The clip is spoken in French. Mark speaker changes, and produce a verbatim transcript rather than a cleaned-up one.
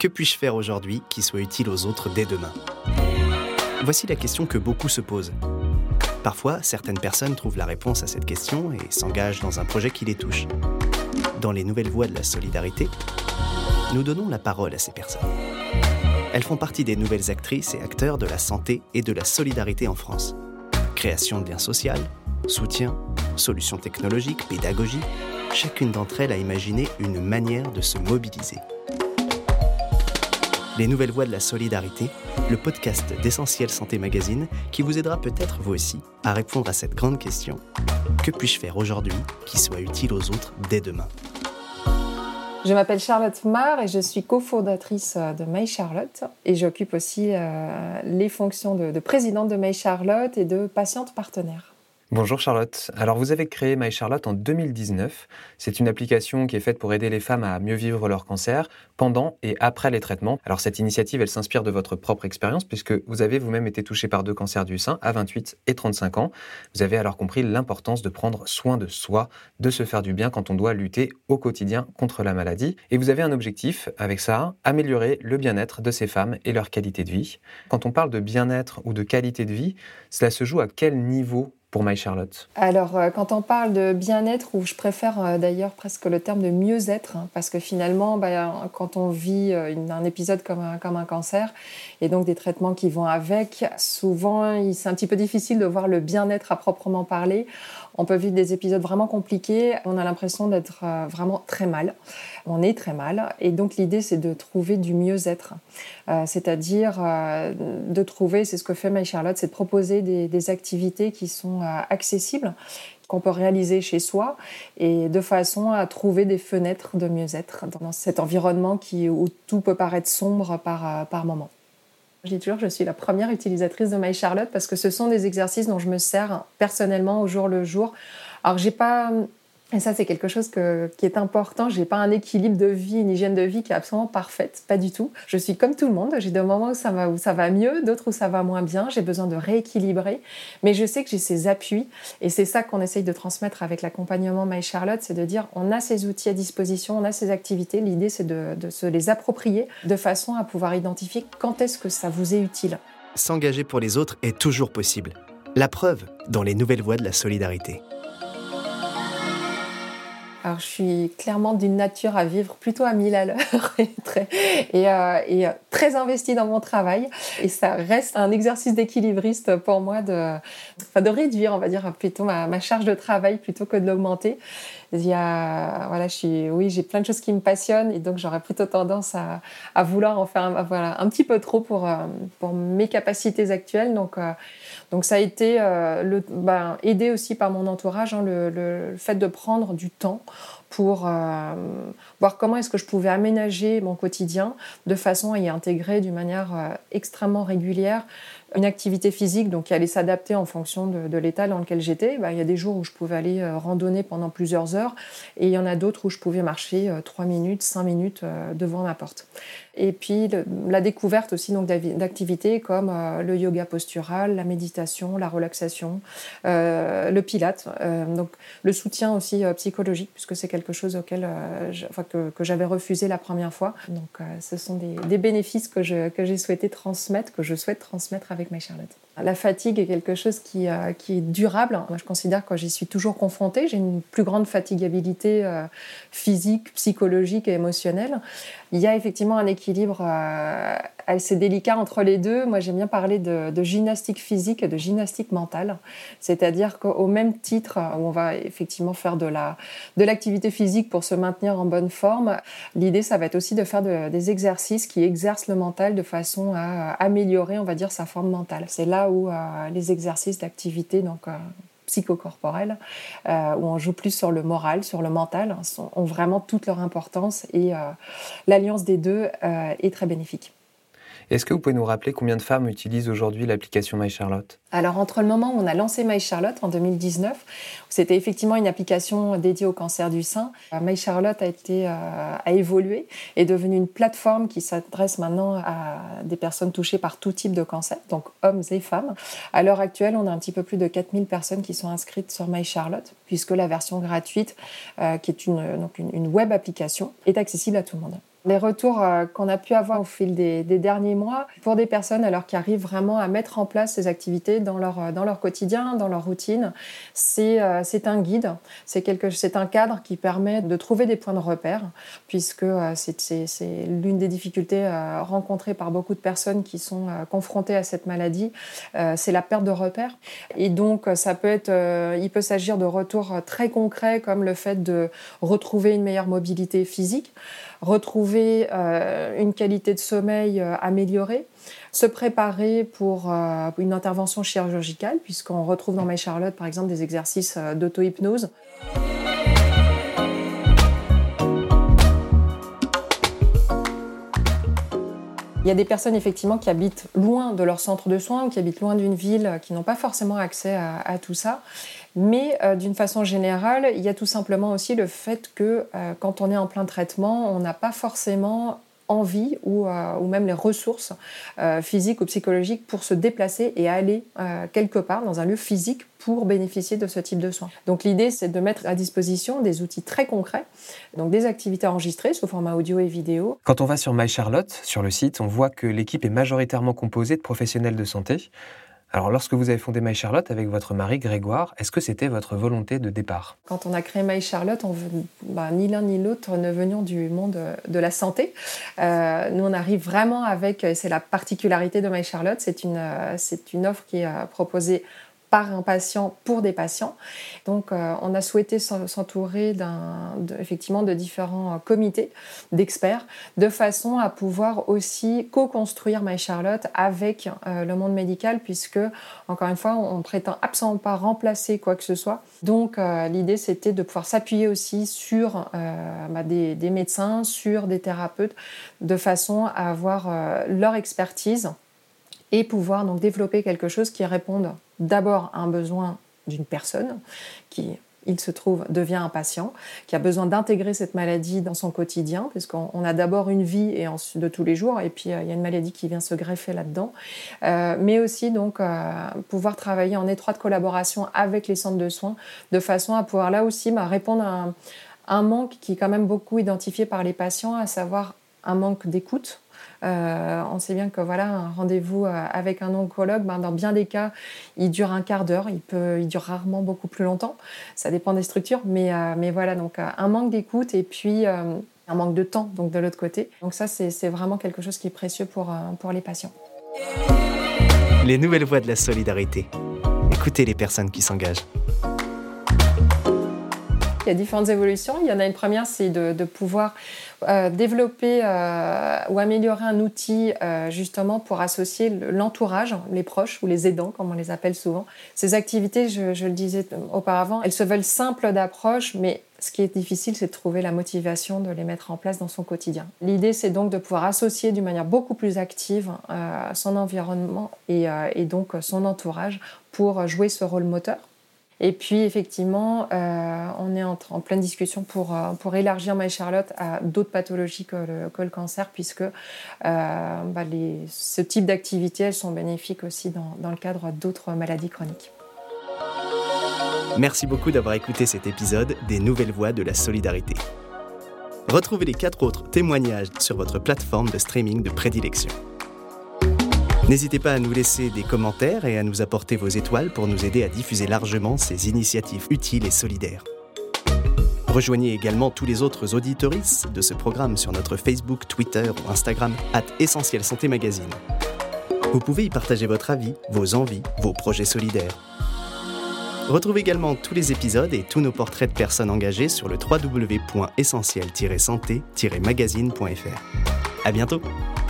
Speaker 1: Que puis-je faire aujourd'hui qui soit utile aux autres dès demain ? Voici la question que beaucoup se posent. Parfois, certaines personnes trouvent la réponse à cette question et s'engagent dans un projet qui les touche. Dans les nouvelles voies de la solidarité, nous donnons la parole à ces personnes. Elles font partie des nouvelles actrices et acteurs de la santé et de la solidarité en France. Création de liens sociaux, soutien, solutions technologiques, pédagogie, chacune d'entre elles a imaginé une manière de se mobiliser. Les nouvelles voies de la solidarité, le podcast d'Essentiel Santé Magazine qui vous aidera peut-être vous aussi à répondre à cette grande question. Que puis-je faire aujourd'hui qui soit utile aux autres dès demain ?
Speaker 2: Je m'appelle Charlotte Marr et je suis cofondatrice de My Charlotte et j'occupe aussi euh, les fonctions de, de présidente de My Charlotte et de patiente partenaire.
Speaker 3: Bonjour Charlotte. Alors vous avez créé My Charlotte en deux mille dix-neuf. C'est une application qui est faite pour aider les femmes à mieux vivre leur cancer pendant et après les traitements. Alors cette initiative, elle s'inspire de votre propre expérience puisque vous avez vous-même été touchée par deux cancers du sein à vingt-huit et trente-cinq ans. Vous avez alors compris l'importance de prendre soin de soi, de se faire du bien quand on doit lutter au quotidien contre la maladie. Et vous avez un objectif avec ça, améliorer le bien-être de ces femmes et leur qualité de vie. Quand on parle de bien-être ou de qualité de vie, cela se joue à quel niveau pour My Charlotte?
Speaker 2: Alors, euh, quand on parle de bien-être, ou je préfère euh, d'ailleurs presque le terme de mieux-être, hein, parce que finalement, bah, quand on vit euh, une, un épisode comme un, comme un cancer, et donc des traitements qui vont avec, souvent, il, c'est un petit peu difficile de voir le bien-être à proprement parler. On peut vivre des épisodes vraiment compliqués, on a l'impression d'être euh, vraiment très mal. On est très mal, et donc l'idée, c'est de trouver du mieux-être. Euh, c'est-à-dire euh, de trouver, c'est ce que fait My Charlotte, c'est de proposer des, des activités qui sont euh, accessibles, qu'on peut réaliser chez soi, et de façon à trouver des fenêtres de mieux-être dans cet environnement qui, où tout peut paraître sombre par, euh, par moment. Je dis toujours que je suis la première utilisatrice de My Charlotte parce que ce sont des exercices dont je me sers personnellement au jour le jour. Alors j'ai pas... Et ça, c'est quelque chose que, qui est important. J'ai pas un équilibre de vie, une hygiène de vie qui est absolument parfaite, pas du tout. Je suis comme tout le monde. J'ai des moments où ça va, où ça va mieux, d'autres où ça va moins bien. J'ai besoin de rééquilibrer. Mais je sais que j'ai ces appuis. Et c'est ça qu'on essaye de transmettre avec l'accompagnement My Charlotte, c'est de dire on a ces outils à disposition, on a ces activités. L'idée, c'est de, de se les approprier de façon à pouvoir identifier quand est-ce que ça vous est utile.
Speaker 1: S'engager pour les autres est toujours possible. La preuve dans les nouvelles voies de la solidarité.
Speaker 2: Alors, je suis clairement d'une nature à vivre plutôt à mille à l'heure et, très, et, euh, et très investie dans mon travail. Et ça reste un exercice d'équilibriste pour moi de, enfin de réduire, on va dire, plutôt ma, ma charge de travail plutôt que de l'augmenter. Il y a, voilà, je suis, oui, j'ai plein de choses qui me passionnent et donc j'aurais plutôt tendance à, à vouloir en faire un, voilà, un petit peu trop pour, pour mes capacités actuelles. Donc, euh, donc ça a été euh, le, ben, aidé aussi par mon entourage, hein, le, le, le fait de prendre du temps pour euh, voir comment est-ce que je pouvais aménager mon quotidien de façon à y intégrer d'une manière euh, extrêmement régulière une activité physique donc qui allait s'adapter en fonction de, de l'état dans lequel j'étais. Ben, il y a des jours où je pouvais aller euh, randonner pendant plusieurs heures et il y en a d'autres où je pouvais marcher euh, trois minutes, cinq minutes euh, devant ma porte. Et puis le, la découverte aussi donc, d'activités comme euh, le yoga postural, la méditation, la relaxation, euh, le pilate, euh, donc le soutien aussi euh, psychologique puisque c'est quelque chose auquel euh, je, enfin, que, que j'avais refusé la première fois. Donc euh, ce sont des, des bénéfices que, je, que j'ai souhaité transmettre, que je souhaite transmettre avec My Charlotte. La fatigue est quelque chose qui, euh, qui est durable. Moi, je considère que j'y suis toujours confrontée. J'ai une plus grande fatigabilité euh, physique, psychologique et émotionnelle. Il y a effectivement un équilibre euh, assez délicat entre les deux. Moi, j'aime bien parler de, de gymnastique physique et de gymnastique mentale. C'est-à-dire qu'au même titre où on va effectivement faire de, la, de l'activité physique pour se maintenir en bonne forme, l'idée, ça va être aussi de faire de, des exercices qui exercent le mental de façon à améliorer, on va dire, sa forme mentale. C'est là où euh, les exercices d'activité donc, euh, psychocorporelle, euh, où on joue plus sur le moral, sur le mental, sont, ont vraiment toute leur importance et euh, l'alliance des deux euh, est très bénéfique.
Speaker 3: Est-ce que vous pouvez nous rappeler combien de femmes utilisent aujourd'hui l'application My Charlotte ?
Speaker 2: Alors, entre le moment où on a lancé My Charlotte en deux mille dix-neuf, où c'était effectivement une application dédiée au cancer du sein, My Charlotte a, été, euh, a évolué et est devenue une plateforme qui s'adresse maintenant à des personnes touchées par tout type de cancer, donc hommes et femmes. À l'heure actuelle, on a un petit peu plus de quatre mille personnes qui sont inscrites sur My Charlotte, puisque la version gratuite, euh, qui est une, donc une, une web application, est accessible à tout le monde. Les retours euh, qu'on a pu avoir au fil des, des derniers mois, pour des personnes alors qui arrivent vraiment à mettre en place ces activités dans leur, dans leur quotidien, dans leur routine, c'est, euh, c'est un guide, c'est, quelque, c'est un cadre qui permet de trouver des points de repère, puisque euh, c'est, c'est, c'est l'une des difficultés euh, rencontrées par beaucoup de personnes qui sont euh, confrontées à cette maladie, euh, c'est la perte de repères. Et donc, ça peut être, euh, il peut s'agir de retours très concrets, comme le fait de retrouver une meilleure mobilité physique, retrouver euh, une qualité de sommeil euh, améliorée, se préparer pour euh, une intervention chirurgicale, puisqu'on retrouve dans My Charlotte, par exemple, des exercices euh, d'auto-hypnose. Il y a des personnes effectivement qui habitent loin de leur centre de soins ou qui habitent loin d'une ville, qui n'ont pas forcément accès à, à tout ça. Mais euh, d'une façon générale, il y a tout simplement aussi le fait que euh, quand on est en plein traitement, on n'a pas forcément envie ou, euh, ou même les ressources euh, physiques ou psychologiques pour se déplacer et aller euh, quelque part dans un lieu physique pour bénéficier de ce type de soins. Donc l'idée, c'est de mettre à disposition des outils très concrets, donc des activités enregistrées sous format audio et vidéo.
Speaker 3: Quand on va sur My Charlotte, sur le site, on voit que l'équipe est majoritairement composée de professionnels de santé. Alors, lorsque vous avez fondé My Charlotte avec votre mari Grégoire, est-ce que c'était votre volonté de départ ?
Speaker 2: Quand on a créé My Charlotte, on, bah, ni l'un ni l'autre ne venions du monde de la santé. Euh, nous, on arrive vraiment avec, et c'est la particularité de My Charlotte, c'est une, c'est une offre qui est proposée par un patient pour des patients. Donc, euh, on a souhaité s'entourer d'un, de, effectivement de différents comités d'experts de façon à pouvoir aussi co-construire My Charlotte avec euh, le monde médical, puisque, encore une fois, on ne prétend absolument pas remplacer quoi que ce soit. Donc, euh, l'idée, c'était de pouvoir s'appuyer aussi sur euh, bah, des, des médecins, sur des thérapeutes, de façon à avoir euh, leur expertise et pouvoir donc développer quelque chose qui réponde d'abord à un besoin d'une personne qui, il se trouve, devient un patient, qui a besoin d'intégrer cette maladie dans son quotidien, puisqu'on on a d'abord une vie et ensuite, de tous les jours, et puis euh, il y a une maladie qui vient se greffer là-dedans, euh, mais aussi donc euh, pouvoir travailler en étroite collaboration avec les centres de soins, de façon à pouvoir là aussi bah, répondre à un, un manque qui est quand même beaucoup identifié par les patients, à savoir un manque d'écoute. Euh, on sait bien que voilà, un rendez-vous avec un oncologue, ben, dans bien des cas, il dure un quart d'heure, il, peut, il dure rarement beaucoup plus longtemps, ça dépend des structures, mais, euh, mais voilà, donc un manque d'écoute et puis euh, un manque de temps donc de l'autre côté. Donc ça, c'est, c'est vraiment quelque chose qui est précieux pour, euh, pour les patients.
Speaker 1: Les nouvelles voies de la solidarité. Écoutez les personnes qui s'engagent.
Speaker 2: Il y a différentes évolutions. Il y en a une première, c'est de, de pouvoir euh, développer euh, ou améliorer un outil euh, justement pour associer l'entourage, les proches ou les aidants, comme on les appelle souvent. Ces activités, je, je le disais auparavant, elles se veulent simples d'approche, mais ce qui est difficile, c'est de trouver la motivation de les mettre en place dans son quotidien. L'idée, c'est donc de pouvoir associer d'une manière beaucoup plus active euh, son environnement et, euh, et donc son entourage pour jouer ce rôle moteur. Et puis, effectivement, euh, on est en, en pleine discussion pour, euh, pour élargir My Charlotte à d'autres pathologies que le, que le cancer, puisque euh, bah les, ce type d'activités, elles sont bénéfiques aussi dans, dans le cadre d'autres maladies chroniques.
Speaker 1: Merci beaucoup d'avoir écouté cet épisode des Nouvelles Voies de la Solidarité. Retrouvez les quatre autres témoignages sur votre plateforme de streaming de prédilection. N'hésitez pas à nous laisser des commentaires et à nous apporter vos étoiles pour nous aider à diffuser largement ces initiatives utiles et solidaires. Rejoignez également tous les autres auditoristes de ce programme sur notre Facebook, Twitter ou Instagram arobase Essentiel Santé Magazine. Vous pouvez y partager votre avis, vos envies, vos projets solidaires. Retrouvez également tous les épisodes et tous nos portraits de personnes engagées sur le w w w point essentiel tiret santé tiret magazine point f r. À bientôt!